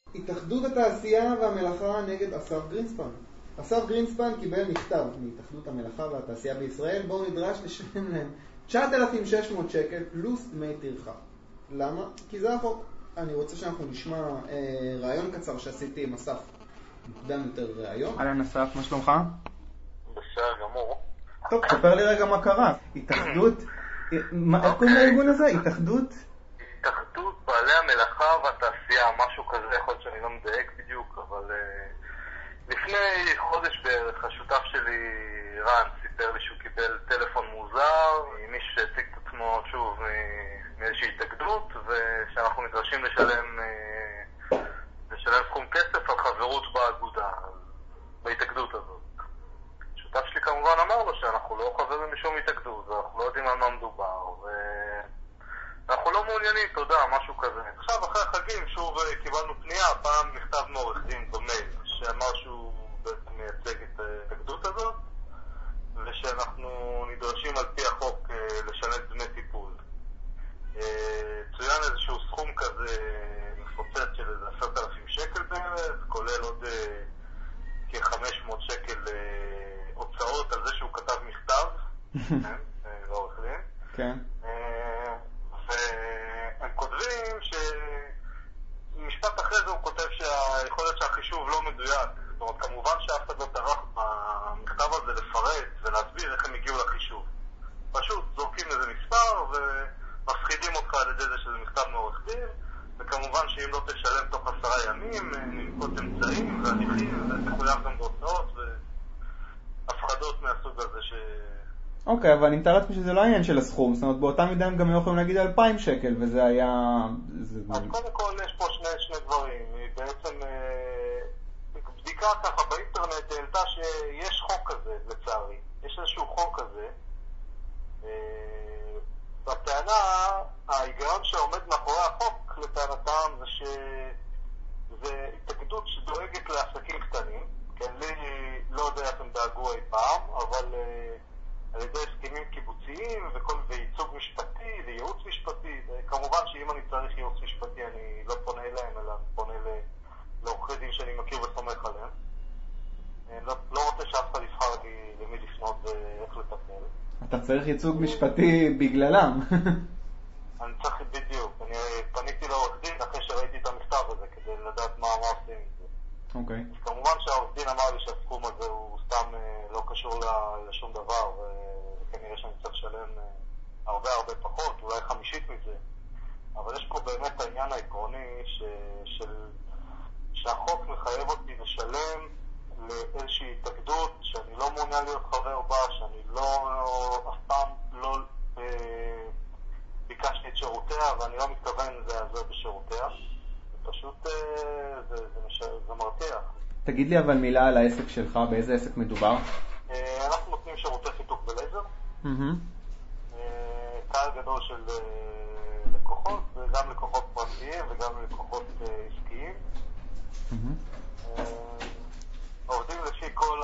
התאחדות התעשייה והמלאכה נגד אסף גרינספן. אסף גרינספן קיבל מכתב מהתאחדות המלאכה והתעשייה בישראל, בו נדרש לשלם להם 9,600 שקל פלוס דמי טרחה. למה? כי זה החוק. אני רוצה שאנחנו נשמע רעיון קצר שעשיתי עם אסף. מוקדם יותר רעיון. אהלן אסף, מה שלומך? בסדר גמור. טוב, תספר לי רגע מה קרה. התאחדות, איך קוראים לארגון הזה? התאחדות בעלי המלאכה והתעשייה, משהו כזה, יכול להיות שאני לא מדייק בדיוק, אבל לפני חודש בערך השותף שלי רן סיפר לי שהוא קיבל טלפון מוזר ממישהו שהציג את עצמו שוב מאיזושהי התאגדות, ושאנחנו נדרשים לשלם סכום כסף על חברות באגודה, בהתאגדות הזאת. השותף שלי כמובן אמר לו שאנחנו לא חברים משום התאגדות, ואנחנו לא יודעים על מה מדובר, אנחנו לא מעוניינים, תודה, משהו כזה. עכשיו, אחרי החגים, שוב קיבלנו פנייה, פעם מכתב מעורך דין במייל, שאמר שהוא בעצם מייצג את ההתאגדות הזאת, ושאנחנו נדרשים על פי החוק לשלם דמי טיפול. צוין איזשהו סכום כזה מפוצץ של איזה 10,000 שקל בערך, כולל עוד כ-500 שקל הוצאות על זה שהוא כתב מכתב, לעורך דין. כן. והם כותבים שמשפט אחרי זה הוא כותב שיכול להיות שהחישוב לא מדויק. זאת אומרת, כמובן שאף אחד לא טרח במכתב הזה לפרט ולהסביר איך הם הגיעו לחישוב. פשוט זורקים לזה מספר ומפחידים אותך על ידי זה שזה מכתב מעורך דין, וכמובן שאם לא תשלם תוך 10 ימים, ננקוט אמצעים והליכים ותחויב גם בהוצאות והפחדות מהסוג הזה אוקיי, אבל אני מתאר לעצמי שזה לא העניין של הסכום, זאת אומרת, באותה מידה הם גם יכולים להגיד 2,000 שקל, וזה היה... אז קודם כל יש פה שני דברים. בעצם בדיקה ככה באינטרנט העלתה שיש חוק כזה, לצערי. יש איזשהו חוק כזה. בטענה, ההיגיון שעומד מאחורי החוק לטענתם זה שזה התאגדות שדואגת לעסקים קטנים. כן, לי לא יודע איך הם דאגו אי פעם, אבל... על ידי הסכמים קיבוציים וייצוג משפטי וייעוץ משפטי. כמובן שאם אני צריך ייעוץ משפטי אני לא פונה אליהם, אלא פונה לעורכי דין שאני מכיר וסומך עליהם. אני לא רוצה שאף אחד יבחר לי למי לפנות ואיך לטפל. אתה צריך ייצוג משפטי בגללם. אני צריך בדיוק. אני פניתי לעורך דין אחרי שראיתי את המכתב הזה כדי לדעת מה עושים עם זה. אוקיי. כמובן שהעורך דין אמר לי שהסכום הזה הוא סתם לא קשור לשום דבר, וכנראה שאני צריך לשלם הרבה פחות, אולי 50% מזה. אבל יש פה באמת העניין העקרוני שהחוק מחייב אותי לשלם לאיזושהי התאגדות שאני לא מעוניין להיות חבר בה, שאני אף פעם לא ביקשתי את שירותיה, ואני לא מתכוון להיעזר בשירותיה. פשוט זה מרתיח. תגיד לי אבל מילה על העסק שלך, באיזה עסק מדובר? אנחנו נותנים שירותי חיתוך בלייזר. קהל גדול של לקוחות, גם לקוחות פרטיים וגם לקוחות עסקיים. עובדים לפי כל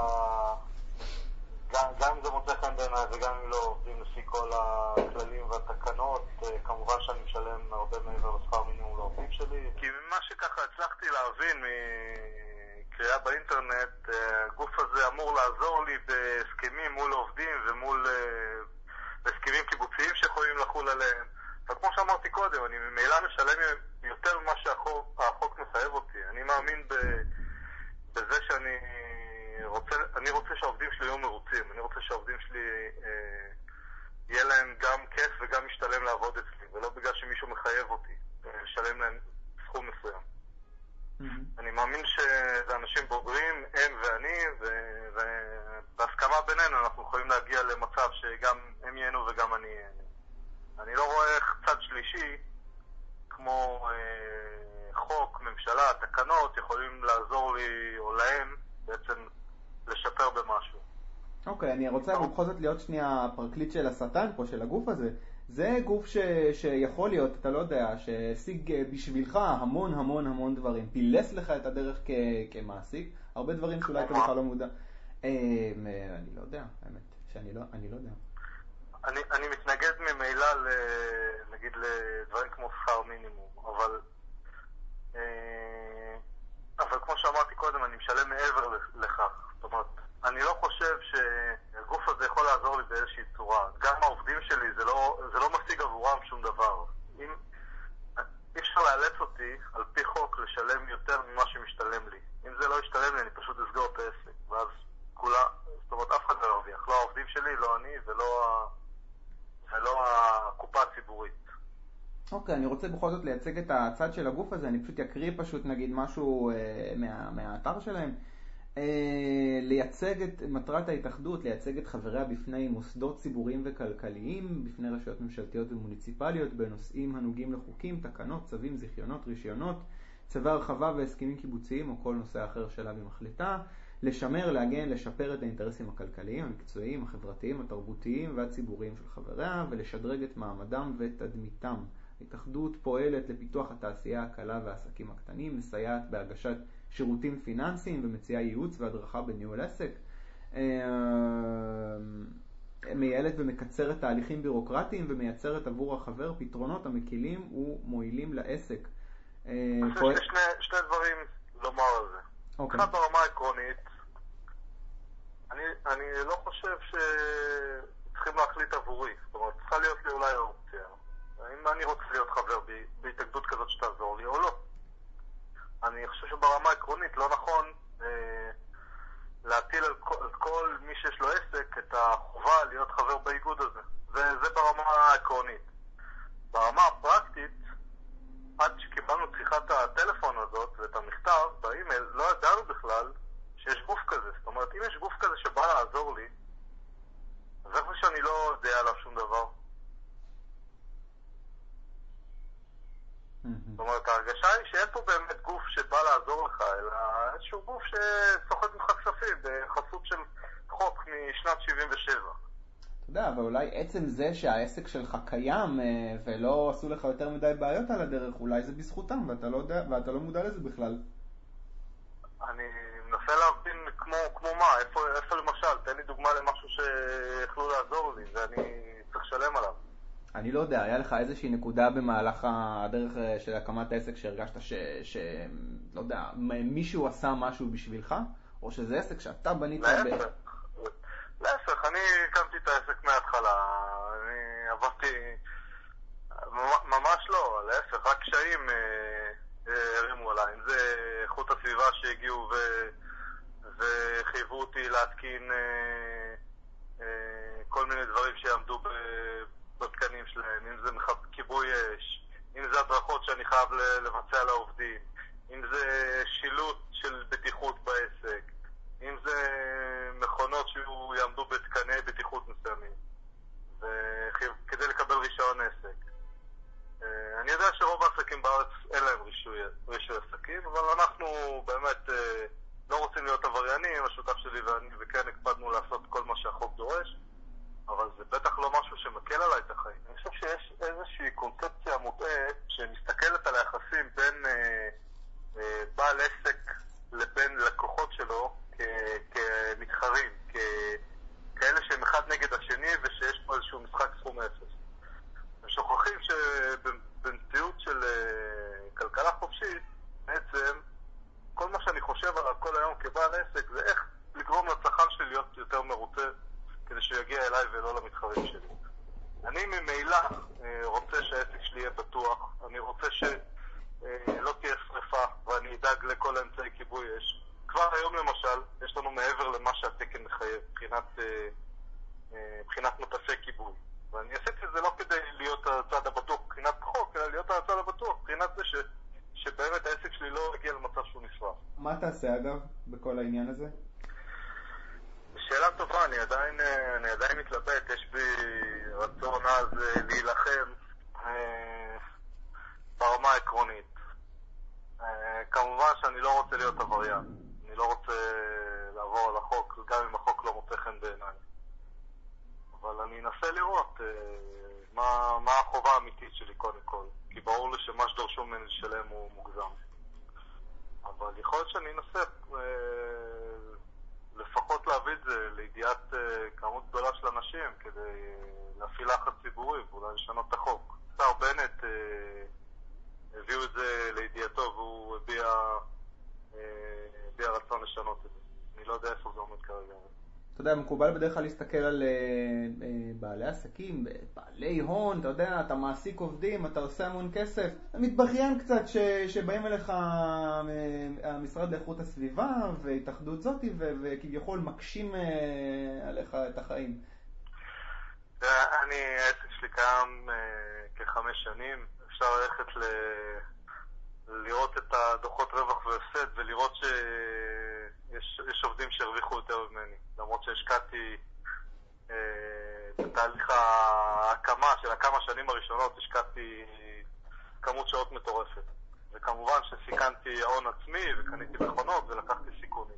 גם אם זה מוצא חן בעיניי וגם אם לא, עובדים לפי כל הכללים והתקנות. כמובן שאני משלם הרבה מעבר לשכר מינימום לעובדים שלי. כי ממה שככה הצלחתי להבין מקריאה באינטרנט, הגוף הזה אמור לעזור לי בהסכמים מול עובדים ומול הסכמים קיבוציים שיכולים לחול עליהם. וכמו שאמרתי קודם, אני ממילא משלם יותר ממה שהחוק מחייב אותי. אני מאמין בזה שאני רוצה שהעובדים שלי יהיו מרוצים. אני רוצה שהעובדים שלי יהיה להם גם כיף וגם משתלם לעבוד אצלי, ולא בגלל שמישהו מחייב אותי לשלם להם סכום מסוים. אני מאמין שזה אנשים בוגרים, הם ואני, ובהסכמה בינינו אנחנו יכולים להגיע למצב שגם הם ייהנו וגם אני ייהנו. אני לא רואה איך צד שלישי, כמו חוק, ממשלה, תקנות, יכולים לעזור לי או להם בעצם לשפר במשהו. אוקיי, אני רוצה בכל זאת להיות שנייה פרקליט של השטן פה, של הגוף הזה. זה גוף שיכול להיות, אתה לא יודע, שהשיג בשבילך המון דברים. פילס לך את הדרך כמעסיק. הרבה דברים שאולי אתה בכלל לא מודע. אני לא יודע, האמת, שאני לא יודע. אני מתנגד ממילא נגיד לדברים כמו שכר מינימום, אבל משתלם מעבר לכך. זאת אומרת, אני לא חושב שהגוף הזה יכול לעזור לי באיזושהי צורה. גם העובדים שלי, זה לא משיג עבורם שום דבר. אי אפשר לאלץ אותי על פי חוק לשלם יותר ממה שמשתלם לי. אם זה לא ישתלם לי, אני פשוט אסגור את העסק. ואז זאת אומרת, אף אחד לא ירוויח. לא העובדים שלי, לא אני, ולא הקופה הציבורית. אוקיי, אני רוצה בכל זאת לייצג את הצד של הגוף הזה, אני פשוט אקריא פשוט נגיד משהו מהאתר שלהם. לייצג את מטרת ההתאחדות, לייצג את חבריה בפני מוסדות ציבוריים וכלכליים, בפני רשויות ממשלתיות ומוניציפליות, בנושאים הנוגעים לחוקים, תקנות, צווים, זיכיונות, רישיונות, צווי הרחבה והסכמים קיבוציים או כל נושא אחר שלה במחלטה, לשמר, להגן, לשפר את האינטרסים הכלכליים, המקצועיים, החברתיים, התרבותיים והציבוריים של חבריה, ולשדרג את מעמדם ותדמיתם. ההתאחדות פועלת לפיתוח התעשייה הקלה והעסקים הקטנים, מסייעת בהגשת שירותים פיננסיים ומציעה ייעוץ והדרכה בניהול עסק, מייעלת ומקצרת תהליכים בירוקרטיים ומייצרת עבור החבר פתרונות המקילים ומועילים לעסק. יש לי שני דברים לומר על זה. אחד ברמה העקרונית, אני לא חושב שצריכים להחליט עבורי. זאת אומרת, צריכה להיות לי אולי האופציה. אם אני רוצה להיות חבר בהתאגדות כזאת שתעזור לי או לא. אני חושב שברמה העקרונית לא נכון להטיל על כל מי שיש לו עסק את החובה להיות חבר באיגוד הזה. זה ברמה העקרונית. ברמה הפרקטית, עד שקיבלנו את שיחת הטלפון הזאת ואת המכתב באימייל, לא ידענו בכלל שיש גוף כזה. זאת אומרת, אם יש גוף כזה שבא לעזור לי, אז איך שאני לא יודע עליו שום דבר. זאת אומרת, ההרגשה היא שאין פה באמת גוף שבא לעזור לך, אלא איזשהו גוף שסוחט ממך כספים בחסות של חוק משנת 77. אתה יודע, אבל אולי עצם זה שהעסק שלך קיים ולא עשו לך יותר מדי בעיות על הדרך, אולי זה בזכותם ואתה לא מודע לזה בכלל. אני מנסה להבין כמו מה, איפה למשל, תן לי דוגמה למשהו שיכלו לעזור לי ואני צריך לשלם עליו. אני לא יודע, היה לך איזושהי נקודה במהלך הדרך של הקמת העסק שהרגשת לא יודע, מישהו עשה משהו בשבילך? או שזה עסק שאתה בנית? להפך, אני הקמתי את העסק מההתחלה, אני עברתי, ממש לא, להפך, רק קשיים הרימו עליי, אם זה איכות הסביבה שהגיעו וחייבו אותי להתקין כל מיני דברים שיעמדו בתקנים שלהם, אם זה כיבוי אש, אם זה הדרכות שאני חייב לבצע לעובדים, אם זה שילוט של בטיחות בעסק, אם זה מכונות שיעמדו בתקני בטיחות מסוימים, כדי לקבל רישיון עסק. אני יודע שרוב העסקים בארץ אין להם רישוי עסקים, אבל אנחנו באמת לא רוצים להיות עבריינים, השותף שלי ואני, וכן הקפדנו לעשות כל מה שהחוק דורש, אבל זה בטח לא משהו שמקל עליי את החיים. אני חושב שיש איזושהי קונספציה מוטעית שמסתכלת על היחסים בין בעל עסק לבין לקוחות שלו כמתחרים, כאלה שהם אחד נגד השני ושיש פה איזשהו משחק סכום אפס. הם שוכחים שבמציאות של כלכלה חופשית, בעצם כל מה שאני חושב עליו כל היום כבעל עסק זה איך לגרום לצרכן שלי להיות יותר מרוצה כדי שהוא יגיע אליי ולא למתחרים שלי. אני ממילא רוצה שהעסק שלי יהיה בטוח, אני רוצה שלא תהיה שריפה ואני אדאג לכל האמצעי כיבוי אש. כבר היום למשל, יש לנו מעבר למה שהתקן מחייב, מבחינת מטפי כיבוי. ואני עשיתי את זה לא כדי להיות הצד הבטוח מבחינת חוק, אלא להיות הצד הבטוח מבחינת זה שבאמת העסק שלי לא יגיע למצב שהוא נשרף. מה תעשה אגב בכל העניין הזה? שאלה טובה, אני עדיין מתלבט, יש בי רצון אז להילחם ברמה העקרונית. כמובן שאני לא רוצה להיות עבריין, אני לא רוצה לעבור על החוק, גם אם החוק לא מוצא חן בעיניי. אבל אני אנסה לראות מה החובה האמיתית שלי קודם כל, כי ברור לי שמה שדרשו ממני לשלם הוא מוגזם. אבל יכול להיות שאני אנסה לפחות להביא את זה לידיעת כמות גדולה של אנשים כדי להפעיל לחץ ציבורי ואולי לשנות את החוק. שר בנט הביאו את זה לידיעתו והוא הביע רצון לשנות כרגע. אתה יודע, מקובל בדרך כלל להסתכל על בעלי עסקים, בעלי הון, אתה יודע, אתה מעסיק עובדים, אתה עושה המון כסף, אתה מתבכיין קצת שבאים אליך המשרד לאיכות הסביבה והתאחדות זאתי וכביכול מקשים עליך את החיים. העסק שלי קיים כ5 שנים, אפשר ללכת לראות את הדוחות רווח והפסד ולראות שיש עובדים שהרוויחו יותר ממני, למרות שהשקעתי בתהליך ההקמה של הכמה שנים הראשונות, השקעתי כמות שעות מטורפת, וכמובן שסיכנתי ההון עצמי וקניתי מכונות ולקחתי סיכונים.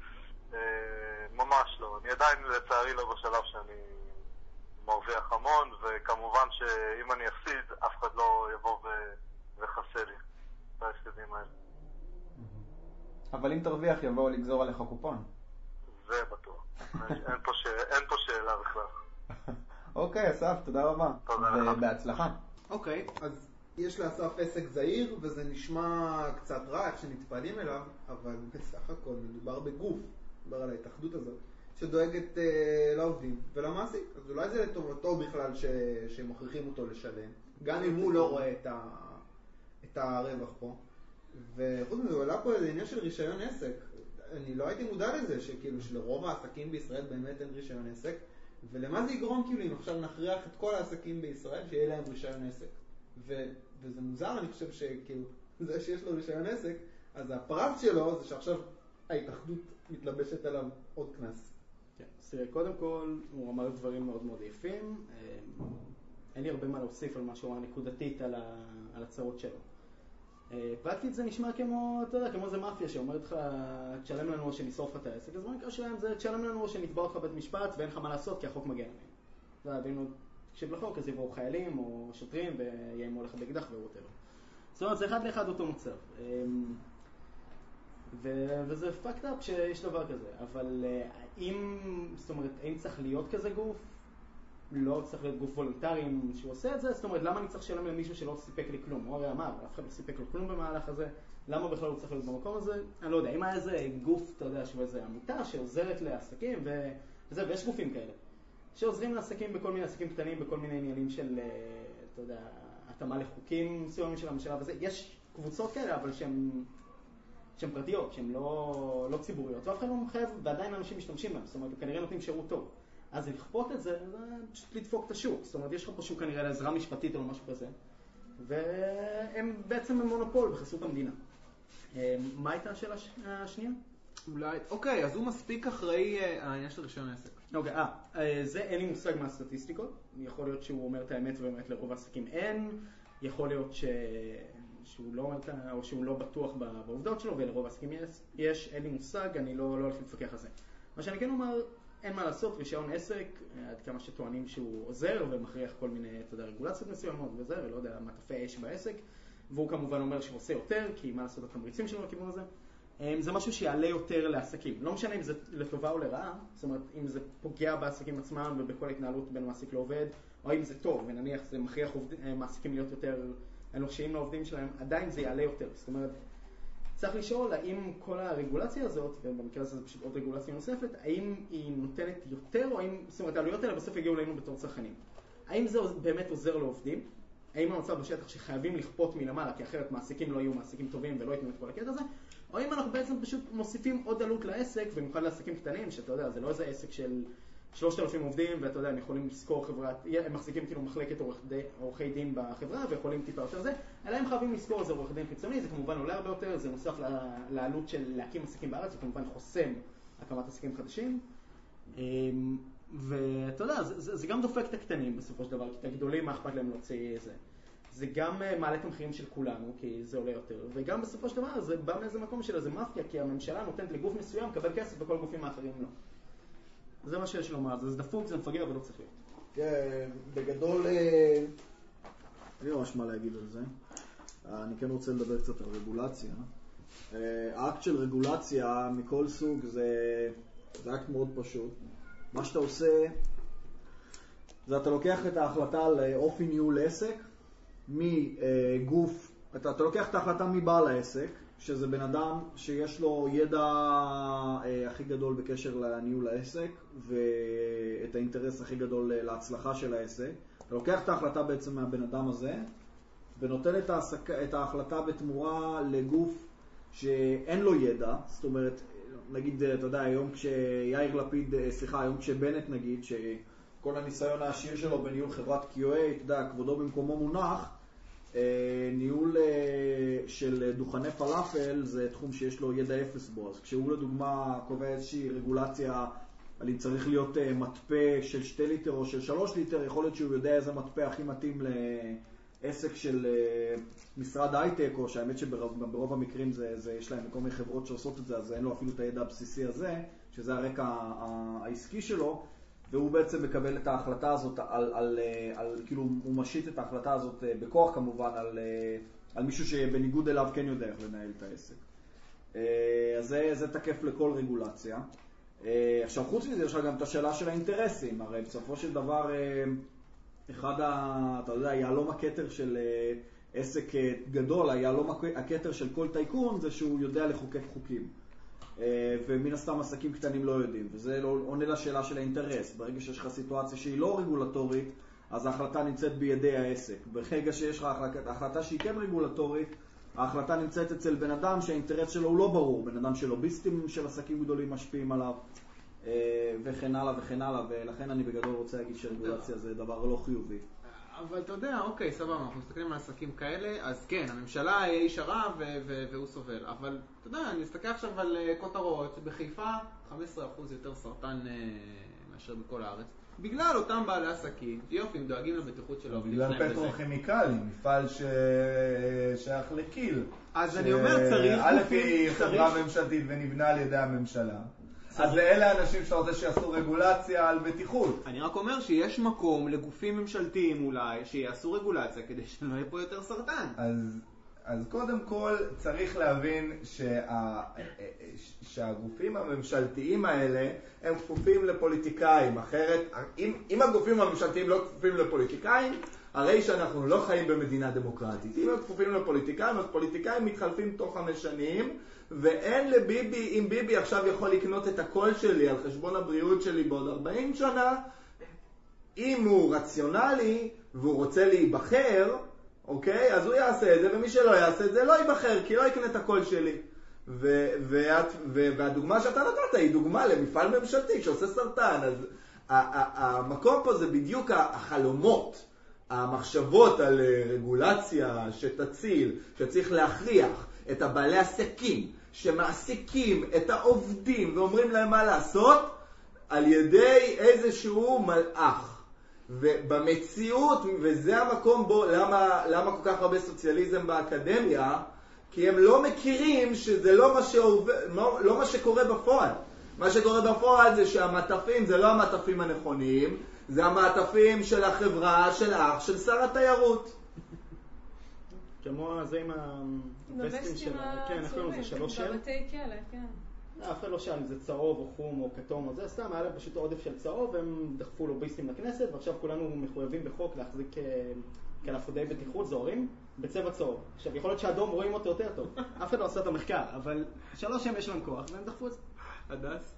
ממש לא, אני עדיין לצערי לא בשלב שאני מרוויח המון, וכמובן שאם אני אפסיד אף אחד לא יבוא וחסה לי את ההפסדים האלה. אבל אם תרוויח יבואו לגזור עליך קופון. זה בטוח. אין פה שאלה בכלל. אוקיי, אסף, תודה רבה. תודה לך. ובהצלחה. אוקיי, אז יש לאסף עסק זעיר, וזה נשמע קצת רע איך שנטפלים אליו, אבל בסך הכל מדובר בגוף, מדובר על ההתאחדות הזאת, שדואגת לעובדים ולמעסיק. אז אולי זה לטובתו בכלל שמוכרחים אותו לשלם, גם אם הוא לא רואה את הרווח פה. וחוץ מזה, עולה פה איזה עניין של רישיון עסק. אני לא הייתי מודע לזה שכאילו שלרוב העסקים בישראל באמת אין רישיון עסק, ולמה זה יגרום כאילו אם עכשיו נכריח את כל העסקים בישראל שיהיה להם רישיון עסק. וזה מוזר, אני חושב שכאילו זה שיש לו רישיון עסק, אז הפרט שלו זה שעכשיו ההתאחדות מתלבשת עליו עוד כנס. כן, אז קודם כל הוא אמר דברים מאוד מאוד יפים, אין לי הרבה מה להוסיף על מה שהוא אמר נקודתית על הצרות שלו. פרקטית זה נשמע כמו, אתה יודע, כמו זה מאפיה שאומרת לך, תשלם לנו או שנשרוף את העסק, אז במקרה שלהם זה תשלם לנו או שנתבע אותך בית משפט ואין לך מה לעשות כי החוק מגן עליהם. ואם לא תקשיב לחוק אז יבואו חיילים או שוטרים ויאיימו לך באקדח וווטאבר. זאת אומרת, זה אחד לאחד אותו מצב. וזה פאקט אפ שיש דבר כזה, אבל זאת אומרת, האם צריך להיות כזה גוף? לא צריך להיות גוף וולונטרי שהוא עושה את זה, זאת אומרת, למה אני צריך לשלם למישהו שלא סיפק לי כלום? הוא הרי אמר, אף אחד לא סיפק לו כלום במהלך הזה, למה בכלל הוא צריך להיות במקום הזה? אני לא יודע, אם היה איזה גוף, אתה יודע, שהוא איזה עמותה שעוזרת לעסקים, ויש גופים כאלה, שעוזרים לעסקים בכל מיני עסקים קטנים, בכל מיני עניינים של, אתה יודע, התאמה לחוקים מסוימים של הממשלה וזה, יש קבוצות כאלה, אבל שהן פרטיות, שהן לא ציבוריות, ואף אחד לא מחייב, ועדיין אנשים משתמשים בהם, זאת אומרת, כנראה נותנים שירות טוב. אז לכפות את זה, זה פשוט לדפוק את השוק. זאת אומרת, יש לך פה שוק כנראה לעזרה משפטית או משהו כזה, והם בעצם מונופול בחסות המדינה. מה הייתה השאלה השנייה? אולי, אוקיי, אז הוא מספיק אחראי העניין של רישיון עסק. אוקיי, זה אין לי מושג מהסטטיסטיקות. יכול להיות שהוא אומר את האמת ובאמת לרוב העסקים אין. יכול להיות שהוא לא אומר, או שהוא לא בטוח בעובדות שלו, ולרוב העסקים יש. אין לי מושג, אני לא הולך לפקח על זה. מה שאני כן אומר, אין מה לעשות, רישיון עסק, עד כמה שטוענים שהוא עוזר ומכריח כל מיני, אתה יודע, רגולציות מסוימות וזה, ולא יודע, מטפי אש בעסק, והוא כמובן אומר שהוא עושה יותר, כי מה לעשות התמריצים שלו לכיוון הזה. זה משהו שיעלה יותר לעסקים. לא משנה אם זה לטובה או לרעה, זאת אומרת, אם זה פוגע בעסקים עצמם ובכל התנהלות בין מעסיק לעובד, או אם זה טוב, ונניח זה מכריח מעסיקים להיות יותר אנושיים לעובדים שלהם, עדיין זה יעלה יותר. זאת אומרת, צריך לשאול האם כל הרגולציה הזאת, ובמקרה הזה זה פשוט עוד רגולציה נוספת, האם היא נותנת יותר, או האם, זאת אומרת, העלויות האלה בסוף הגיעו אלינו בתור צרכנים. האם זה באמת עוזר לעובדים? האם המצב בשטח שחייבים לכפות מלמעלה, כי אחרת מעסיקים לא יהיו מעסיקים טובים ולא ייתנו את כל הקטע הזה, או אם אנחנו בעצם פשוט מוסיפים עוד עלות לעסק, במיוחד לעסקים קטנים, שאתה יודע, זה לא איזה עסק של 3,000 עובדים, ואתה יודע, הם יכולים לשכור חברת, הם מחזיקים כאילו מחלקת עורכי דין בחברה, ויכולים טיפה יותר זה, אלא הם חייבים לשכור איזה עורך דין חיצוני, זה כמובן עולה הרבה יותר, זה נוסף לעלות של להקים עסקים בארץ, זה כמובן חוסם הקמת עסקים חדשים, ואתה יודע, זה גם דופק את הקטנים בסופו של דבר, כי את הגדולים מה אכפת להם להוציא זה. זה גם מעלה את המחירים של כולנו, כי זה עולה יותר, וגם בסופו של דבר זה בא מאיזה מקום של איזה מאפיה, כי הממשלה נותנת לגוף מסוים לקבל כסף וכל גופים האחרים לא. זה מה שיש לומר, זה דפוק, זה מפגר, אבל לא צריך להיות. כן, בגדול, אין לי ממש מה להגיד על זה. אני כן רוצה לדבר קצת על רגולציה. האקט של רגולציה מכל סוג זה אקט מאוד פשוט. מה שאתה עושה, זה אתה לוקח את ההחלטה על אופי ניהול עסק, מגוף, אתה לוקח את ההחלטה מבעל העסק, שזה בן אדם שיש לו ידע הכי גדול בקשר לניהול העסק ואת האינטרס הכי גדול להצלחה של העסק. אתה לוקח את ההחלטה בעצם מהבן אדם הזה ונותן את ההחלטה בתמורה לגוף שאין לו ידע. זאת אומרת, נגיד, אתה יודע, היום כשבנט נגיד, שכל הניסיון העשיר שלו בניהול חברת QA, אתה יודע, כבודו במקומו מונח, ניהול של דוכני פלאפל זה תחום שיש לו ידע אפס בו. אז כשהוא לדוגמה קובע איזושהי רגולציה על אם צריך להיות מטפה של 2 ליטר או של 3 ליטר, יכול להיות שהוא יודע איזה מטפה הכי מתאים לעסק של משרד הייטק, או שהאמת שברוב המקרים יש להם כל מיני חברות שעושות את זה, אז אין לו אפילו את הידע הבסיסי הזה, שזה הרקע העסקי שלו, והוא בעצם מקבל את ההחלטה הזאת כאילו הוא משית את ההחלטה הזאת בכוח כמובן על מישהו שבניגוד אליו כן יודע איך לנהל את העסק. אז זה תקף לכל רגולציה. עכשיו חוץ מזה יש לך גם את השאלה של האינטרסים. הרי בסופו של דבר אתה יודע, יעלום הכתר של עסק גדול, היעלום הכתר של כל טייקון זה שהוא יודע לחוקק חוקים. ומן הסתם עסקים קטנים לא יודעים, וזה לא עונה לשאלה של האינטרס. ברגע שיש לך סיטואציה שהיא לא רגולטורית, אז ההחלטה נמצאת בידי העסק. ברגע שיש לך החלטה שהיא כן רגולטורית, ההחלטה נמצאת אצל בן אדם שהאינטרס שלו הוא לא ברור, בן אדם שלוביסטים של עסקים גדולים משפיעים עליו, וכן הלאה וכן הלאה, ולכן אני בגדול רוצה להגיד שרגולציה זה דבר לא חיובי. אבל אתה יודע, אוקיי, סבבה, אנחנו מסתכלים על עסקים כאלה, אז כן, הממשלה היא ישרה והוא סובל. אבל אתה יודע, אני מסתכל עכשיו על כותרות, בחיפה 15% יותר סרטן מאשר בכל הארץ. בגלל אותם בעלי עסקים, יופים, דואגים לבטיחות של העובדים שלהם. בגלל פטרוכימיקלים, מפעל ששייך לקיל. אז אני אומר, צריך א' היא חברה ממשלתית ונבנה על ידי הממשלה. אז אלה האנשים שאתה רוצה שיעשו רגולציה על בטיחות. אני רק אומר שיש מקום לגופים ממשלתיים אולי שיעשו רגולציה כדי שלא יהיה פה יותר סרטן. אז קודם כל צריך להבין שהגופים הממשלתיים האלה הם כפופים לפוליטיקאים. אחרת, אם הגופים הממשלתיים לא כפופים לפוליטיקאים, הרי שאנחנו לא חיים במדינה דמוקרטית. אם הם כפופים לפוליטיקאים, אז פוליטיקאים מתחלפים תוך 5 שנים, ואין לביבי, אם ביבי עכשיו יכול לקנות את הקול שלי על חשבון הבריאות שלי בעוד 40 שנה, אם הוא רציונלי והוא רוצה להיבחר, אוקיי? אז הוא יעשה את זה, ומי שלא יעשה את זה לא ייבחר, כי לא יקנה את הקול שלי. והדוגמה שאתה נתת היא דוגמה למפעל ממשלתי שעושה סרטן. אז המקום פה זה בדיוק החלומות, המחשבות על רגולציה שתציל, שצריך להכריח את הבעלי עסקים שמעסיקים את העובדים ואומרים להם מה לעשות על ידי איזשהו מלאך. ובמציאות, וזה המקום בו, למה כל כך הרבה סוציאליזם באקדמיה, כי הם לא מכירים שזה לא מה שקורה בפועל. מה שקורה בפועל זה שהמטפים זה לא המטפים הנכונים, זה המעטפים של החברה, של של שר התיירות. כמו זה עם הווסטים של... כן, איך קוראים לזה? 3 של? בבתי כלא, כן. אף אחד לא שאל אם זה צהוב או חום או כתום או זה, סתם היה להם פשוט עודף של צהוב, והם דחפו לוביסטים לכנסת, ועכשיו כולנו מחויבים בחוק להחזיק כנפודי בטיחות זוהרים בצבע צהוב. עכשיו, יכול להיות שהאדום רואים אותו יותר טוב. אף אחד לא עשה את המחקר, אבל 3 הם יש להם כוח, והם דחפו את זה. הדס?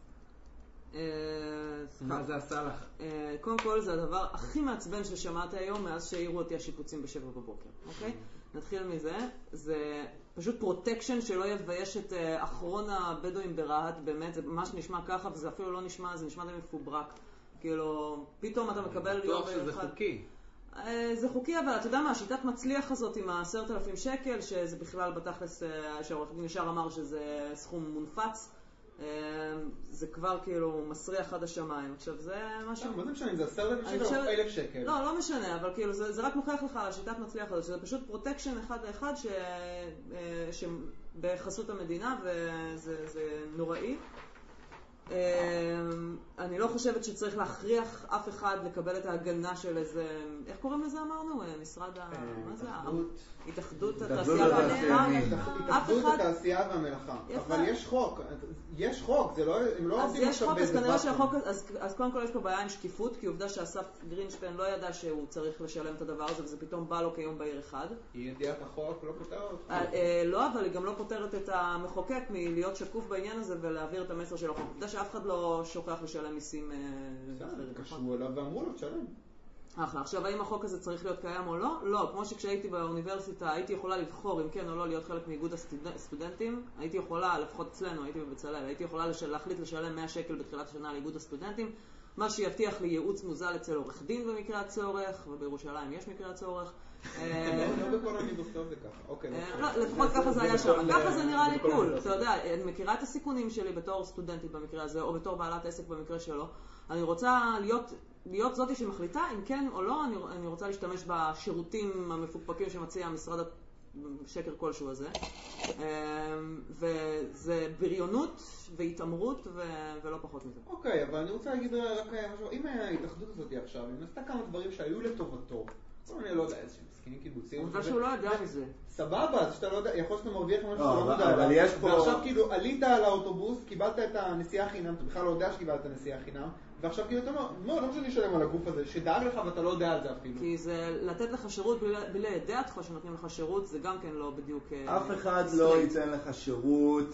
מה זה עשה לך? קודם כל זה הדבר הכי מעצבן ששמעתי היום מאז שהעירו אותי השיפוצים ב7 בבוקר, אוקיי? נתחיל מזה, זה פשוט פרוטקשן שלא יבייש את אחרון הבדואים ברהט, באמת, זה ממש נשמע ככה, וזה אפילו לא נשמע, זה נשמע די מפוברק. כאילו, פתאום אתה מקבל... בטוח שזה חוקי. זה חוקי, אבל אתה יודע מה, השיטת מצליח הזאת עם 10,000 שקל, שזה בכלל בתכלס, שעורך דין ישר אמר שזה סכום מונפץ, זה כבר כאילו מסריח עד השמיים. עכשיו זה משהו... מה זה משנה אם זה 10,000 שקל או 1,000 שקל? לא משנה, אבל כאילו זה רק מוכיח לך על השיטת מצליח הזאת, שזה פשוט פרוטקשן אחד לאחד שבחסות המדינה, וזה נוראי. אני לא חושבת שצריך להכריח אף אחד לקבל את ההגנה של איזה, איך קוראים לזה אמרנו? משרד ה... מה זה? התאחדות התעשייה והמלאכה. התאחדות התעשייה והמלאכה. אבל יש חוק, זה לא, הם לא עושים עכשיו באיזה אז כנראה שהחוק, אז קודם כל יש פה בעיה עם שקיפות, כי עובדה שאסף גרינשפן לא ידע שהוא צריך לשלם את הדבר הזה, וזה פתאום בא לו כיום בעיר אחד. היא ידיעת החוק לא פותרת? לא, אבל היא גם לא פותרת את המחוקק מלהיות שקוף בעניין הזה ולהעביר את המסר של החוק. עובדה שאף אחד לא שוכח לשלם מיסים אחרים. קשרו אליו ואמרו לו, תשלם. אחלה. עכשיו, האם החוק הזה צריך להיות קיים או לא? לא. כמו שכשהייתי באוניברסיטה הייתי יכולה לבחור אם כן או לא להיות חלק מאיגוד הסטודנטים. הייתי יכולה, לפחות אצלנו, הייתי בבצלאל, הייתי יכולה להחליט לשלם 100 שקל בתחילת השנה לאיגוד הסטודנטים, מה שיבטיח לי ייעוץ מוזל אצל עורך דין במקרה הצורך, ובירושלים יש מקרה הצורך. לא בכל האוניברסיטאות זה ככה. אוקיי. לפחות ככה זה היה שם. ככה זה נראה לי קול. אתה יודע, אני מכירה את הסיכונים שלי בתור סטודנטית במקרה הזה, או בתור בעלת עסק במקרה שלו. אני רוצה להיות זאתי שמחליטה אם כן או לא, אני רוצה להשתמש בשירותים המפוקפקים שמציע המשרד שקר כלשהו הזה. וזה בריונות והתאמרות ולא פחות מזה. אוקיי, אבל אני רוצה להגיד רק משהו. אם ההתאחדות הזאת עכשיו, אם עשתה כמה דברים שהיו לטובתו, אני לא יודע, איזשהם מסכימים קיבוצים. עובדה שהוא לא יודע מזה. סבבה, אז שאתה לא יודע, יכול שאתה מרוויח משהו שאתה לא יודע. אבל יש פה... ועכשיו כאילו עלית על האוטובוס, קיבלת את הנסיעה חינם, אתה בכלל לא יודע שקיבלת את הנסיעה חינם, ועכשיו כאילו אתה אומר, לא משנה לשלם על הגוף הזה, שדאג לך ואתה לא יודע על זה אפילו. כי זה לתת לך שירות בלי לידע אותך שנותנים לך שירות, זה גם כן לא בדיוק... אף אחד לא ייתן לך שירות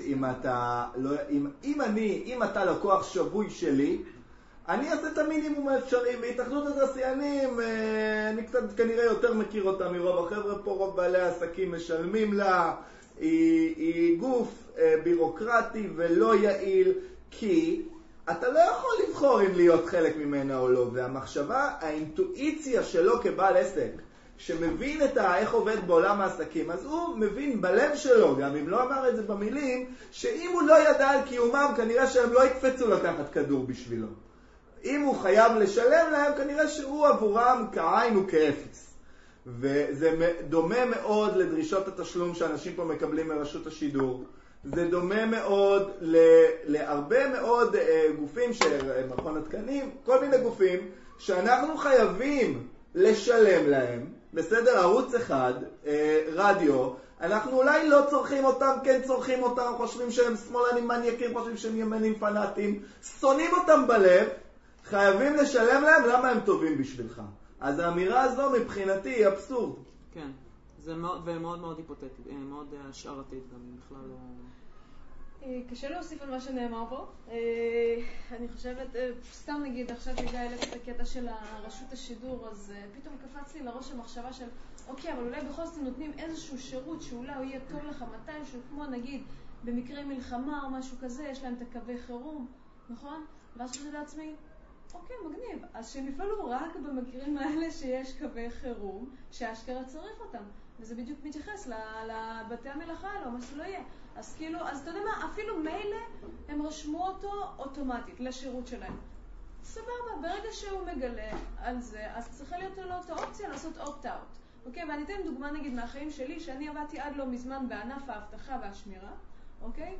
אם אתה לקוח שבוי שלי, אני אעשה את המינימום האפשרי. בהתאחדות התעשיינים, אני קצת כנראה יותר מכיר אותה מרוב החבר'ה פה, רוב בעלי העסקים משלמים לה, היא גוף בירוקרטי ולא יעיל, כי אתה לא יכול לבחור אם להיות חלק ממנה או לא, והמחשבה, האינטואיציה שלו כבעל עסק, שמבין את איך עובד בעולם העסקים, אז הוא מבין בלב שלו, גם אם לא אמר את זה במילים, שאם הוא לא ידע על קיומם, כנראה שהם לא יקפצו לקחת כדור בשבילו. אם הוא חייב לשלם להם, כנראה שהוא עבורם כעין וכאפס. וזה דומה מאוד לדרישות התשלום שאנשים פה מקבלים מרשות השידור. זה דומה מאוד להרבה מאוד גופים שמכון התקנים, כל מיני גופים שאנחנו חייבים לשלם להם. בסדר, ערוץ אחד, רדיו, אנחנו אולי לא צורכים אותם, כן צורכים אותם, חושבים שהם שמאלנים מניאקים, חושבים שהם ימנים פנאטים, שונאים אותם בלב, חייבים לשלם להם, למה הם טובים בשבילך? אז האמירה הזו מבחינתי היא אבסורד. כן, זה מאוד מאוד היפותטי, מאוד השערתית גם בכלל לא... קשה להוסיף על מה שנאמר פה. אני חושבת, סתם נגיד, עכשיו בגלל את הקטע של רשות השידור, אז פתאום קפץ לי לראש המחשבה של, אוקיי, אבל אולי בכל זאת נותנים איזשהו שירות שאולי הוא יהיה טוב לך מתישהו, כמו נגיד במקרה מלחמה או משהו כזה, יש להם את הקווי חירום, נכון? ואז חשבתי לעצמי, אוקיי, מגניב. אז שהם יפעלו רק במקרים האלה שיש קווי חירום, שהאשכרה צריך אותם. וזה בדיוק מתייחס לבתי המלאכה האלו, מה שלא יהיה. אז כאילו, אז אתה יודע מה, אפילו מילא הם רשמו אותו אוטומטית לשירות שלהם. סבבה, ברגע שהוא מגלה על זה, אז צריכה להיות לו את האופציה לעשות opt-out. אוקיי, ואני אתן דוגמה נגיד מהחיים שלי, שאני עבדתי עד לא מזמן בענף האבטחה והשמירה, אוקיי?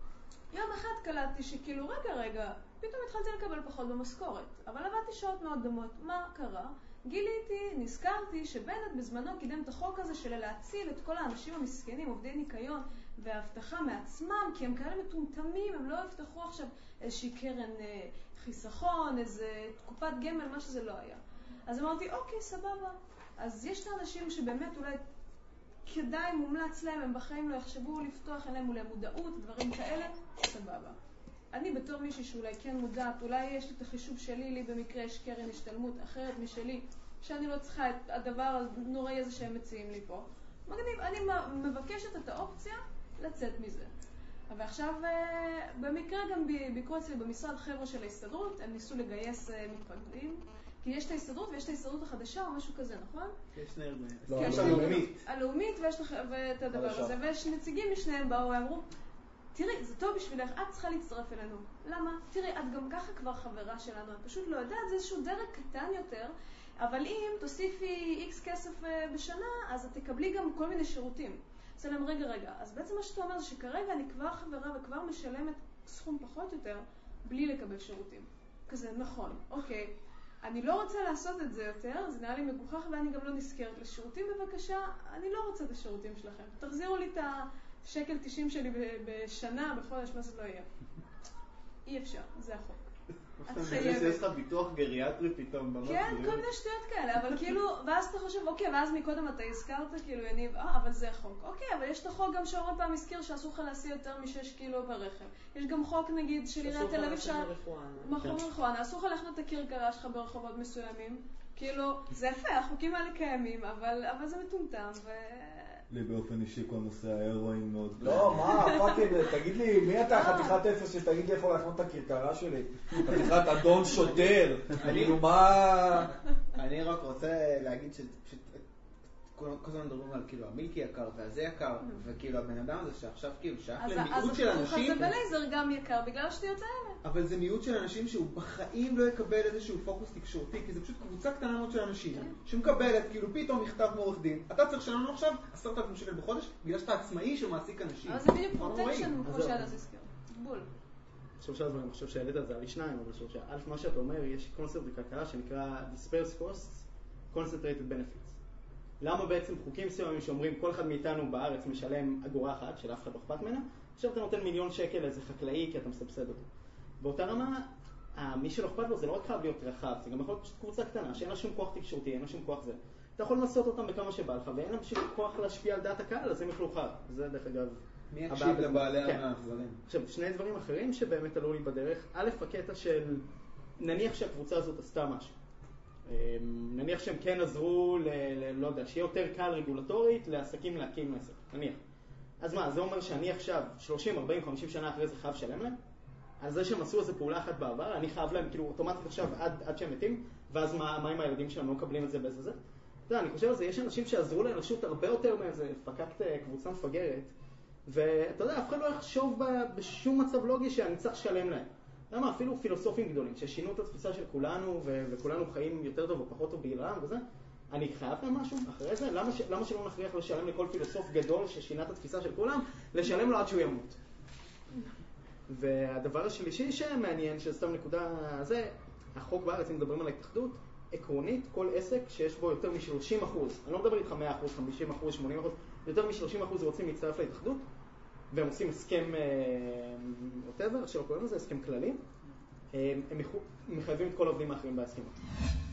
יום אחד קלטתי שכאילו, רגע, פתאום התחלתי לקבל פחות במשכורת, אבל עבדתי שעות מאוד דומות. מה קרה? גיליתי, נזכרתי שבנט בזמנו קידם את החוק הזה של להציל את כל האנשים המסכנים, עובדי ניקיון והבטחה מעצמם, כי הם כאלה מטומטמים, הם לא יפתחו עכשיו איזושהי קרן חיסכון, איזה תקופת גמל, מה שזה לא היה. אז אמרתי, אוקיי, סבבה. אז יש את האנשים שבאמת אולי כדאי מומלץ להם, הם בחיים לא יחשבו לפתוח, אין להם אולי מודעות, דברים כאלה, סבבה. אני בתור מישהי שאולי כן מודעת, אולי יש לי את החישוב שלי, לי במקרה יש קרן השתלמות אחרת משלי, שאני לא צריכה את הדבר הנוראי הזה שהם מציעים לי פה. מגניב, אני מבקשת את האופציה לצאת מזה. אבל עכשיו, במקרה גם ביקרו אצלי במשרד חבר'ה של ההסתדרות, הם ניסו לגייס מתפקדים, כי יש את ההסתדרות ויש את ההסתדרות החדשה או משהו כזה, נכון? יש שני ארגונים. לא, יש הלאומית. הלאומית ויש את הדבר הזה, ויש נציגים משניהם באו ואמרו, תראי, זה טוב בשבילך, את צריכה להצטרף אלינו. למה? תראי, את גם ככה כבר חברה שלנו, את פשוט לא יודעת, זה איזשהו דרג קטן יותר, אבל אם תוסיפי X כסף בשנה, אז את תקבלי גם כל מיני שירותים. אז להם, רגע, אז בעצם מה שאתה אומר זה שכרגע אני כבר חברה וכבר משלמת סכום פחות יותר, בלי לקבל שירותים. כזה, נכון, אוקיי. אני לא רוצה לעשות את זה יותר, זה נראה לי מגוחך ואני גם לא נזכרת לשירותים בבקשה, אני לא רוצה את השירותים שלכם. תחזירו לי את השקל 90 שלי בשנה, בחודש, מה זה לא יהיה. אי אפשר, זה החוק. את חייבת. יש לך ביטוח גריאטרי פתאום ממש. כן, כל מיני שטויות כאלה, אבל כאילו, ואז אתה חושב, אוקיי, ואז מקודם אתה הזכרת, כאילו, יניב, אבל זה החוק. אוקיי, אבל יש את החוק גם שהרבה פעם הזכיר שאסור לך להסיע יותר מ6 קילו ברכב. יש גם חוק, נגיד, של עיריית תל אביב מכון מריחואנה, אסור לך לחנות את הכרכרה שלך ברחובות מסוימים. כאילו, זה יפה, החוקים האלה קיימים, אבל זה מטומטם, לי באופן אישי כל נושא ההרואין מאוד... לא, מה, פאקינג, תגיד לי, מי אתה חתיכת אפס שתגיד לי איפה להחנות את הכרכרה שלי? חתיכת אדון שוטר, כאילו מה... אני רק רוצה להגיד כל הזמן מדברים על כאילו המילקי יקר והזה יקר, וכאילו הבן אדם הזה שעכשיו כאילו שייך למיעוט של אנשים... אז הבלייזר גם יקר בגלל השטויות האלה. אבל זה מיעוט של אנשים שהוא בחיים לא יקבל איזשהו פוקוס תקשורתי, כי זה פשוט קבוצה קטנה מאוד של אנשים שמקבלת כאילו פתאום מכתב מעורך דין, אתה צריך שלנו עכשיו 10,000 שקל בחודש בגלל שאתה עצמאי שמעסיק אנשים. אבל זה בדיוק פרוטקשן כמו שעד זה הזכיר. בול. אני חושב שהעלית את זה על לי שניים, אבל אני חושב שאלף מה שאתה אומר, יש קונספט בכלכלה שנקרא dispersed costs, concentrated benefits. למה בעצם חוקים מסוימים שאומרים כל אחד מאיתנו בארץ משלם אגורה אחת של אף אחד לא אכפת ממנה, עכשיו אתה נותן $1,000,000 לאיזה חקלאי כי אתה מסבסד אותו. באותה רמה, מי שלא אכפת לו זה לא רק חייב להיות רחב, זה גם יכול להיות קבוצה קטנה שאין לה שום כוח תקשורתי, אין לה שום כוח זה. אתה יכול לנסות אותם בכמה שבא לך ואין לה בשביל כוח להשפיע על דעת הקהל, אז הם יוכלו חד. זה דרך אגב... מי יקשיב לבעלי המאחזרים? עכשיו, שני דברים אחרים שבאמת עלו לי בדרך. א', הקטע של נניח שהקבוצה הזאת עשתה משהו. נניח שהם כן עזרו, לא יודע, שיהיה יותר קל רגולטורית לעסקים להקים עסק, נניח. אז מה, זה אומר שאני עכשיו 30, 40, 50 שנה אחרי זה חייב לשלם להם? על זה שהם עשו איזה פעולה אחת בעבר, אני חייב להם כאילו אוטומטית עכשיו עד שהם מתים, ואז מה עם הילדים שלהם לא מקבלים את זה באיזה זה? אתה יודע, אני חושב על זה, יש אנשים שעזרו לאנושות הרבה יותר מאיזה פקקת קבוצה מפגרת, ואתה יודע, אף אחד לא יחשוב בשום מצב לוגי שאני צריך לשלם להם. למה? אפילו פילוסופים גדולים ששינו את התפיסה של כולנו וכולנו חיים יותר טוב או פחות טוב בעילם וזה, אני חייב להם משהו אחרי זה? למה שלא נכריח לשלם לכל פילוסוף גדול ששינה את התפיסה של כולם, לשלם לו עד שהוא ימות? והדבר השלישי שמעניין, שסתם נקודה זה, החוק בארץ, אם מדברים על ההתאחדות, עקרונית כל עסק שיש בו יותר מ-30%, אני לא מדבר איתך 100%, 50%, 80%, יותר מ-30% רוצים להצטרף להתאחדות, והם עושים הסכם whatever, שלא קוראים לזה, הסכם כללי, הם מחייבים את כל העובדים האחרים בהסכם.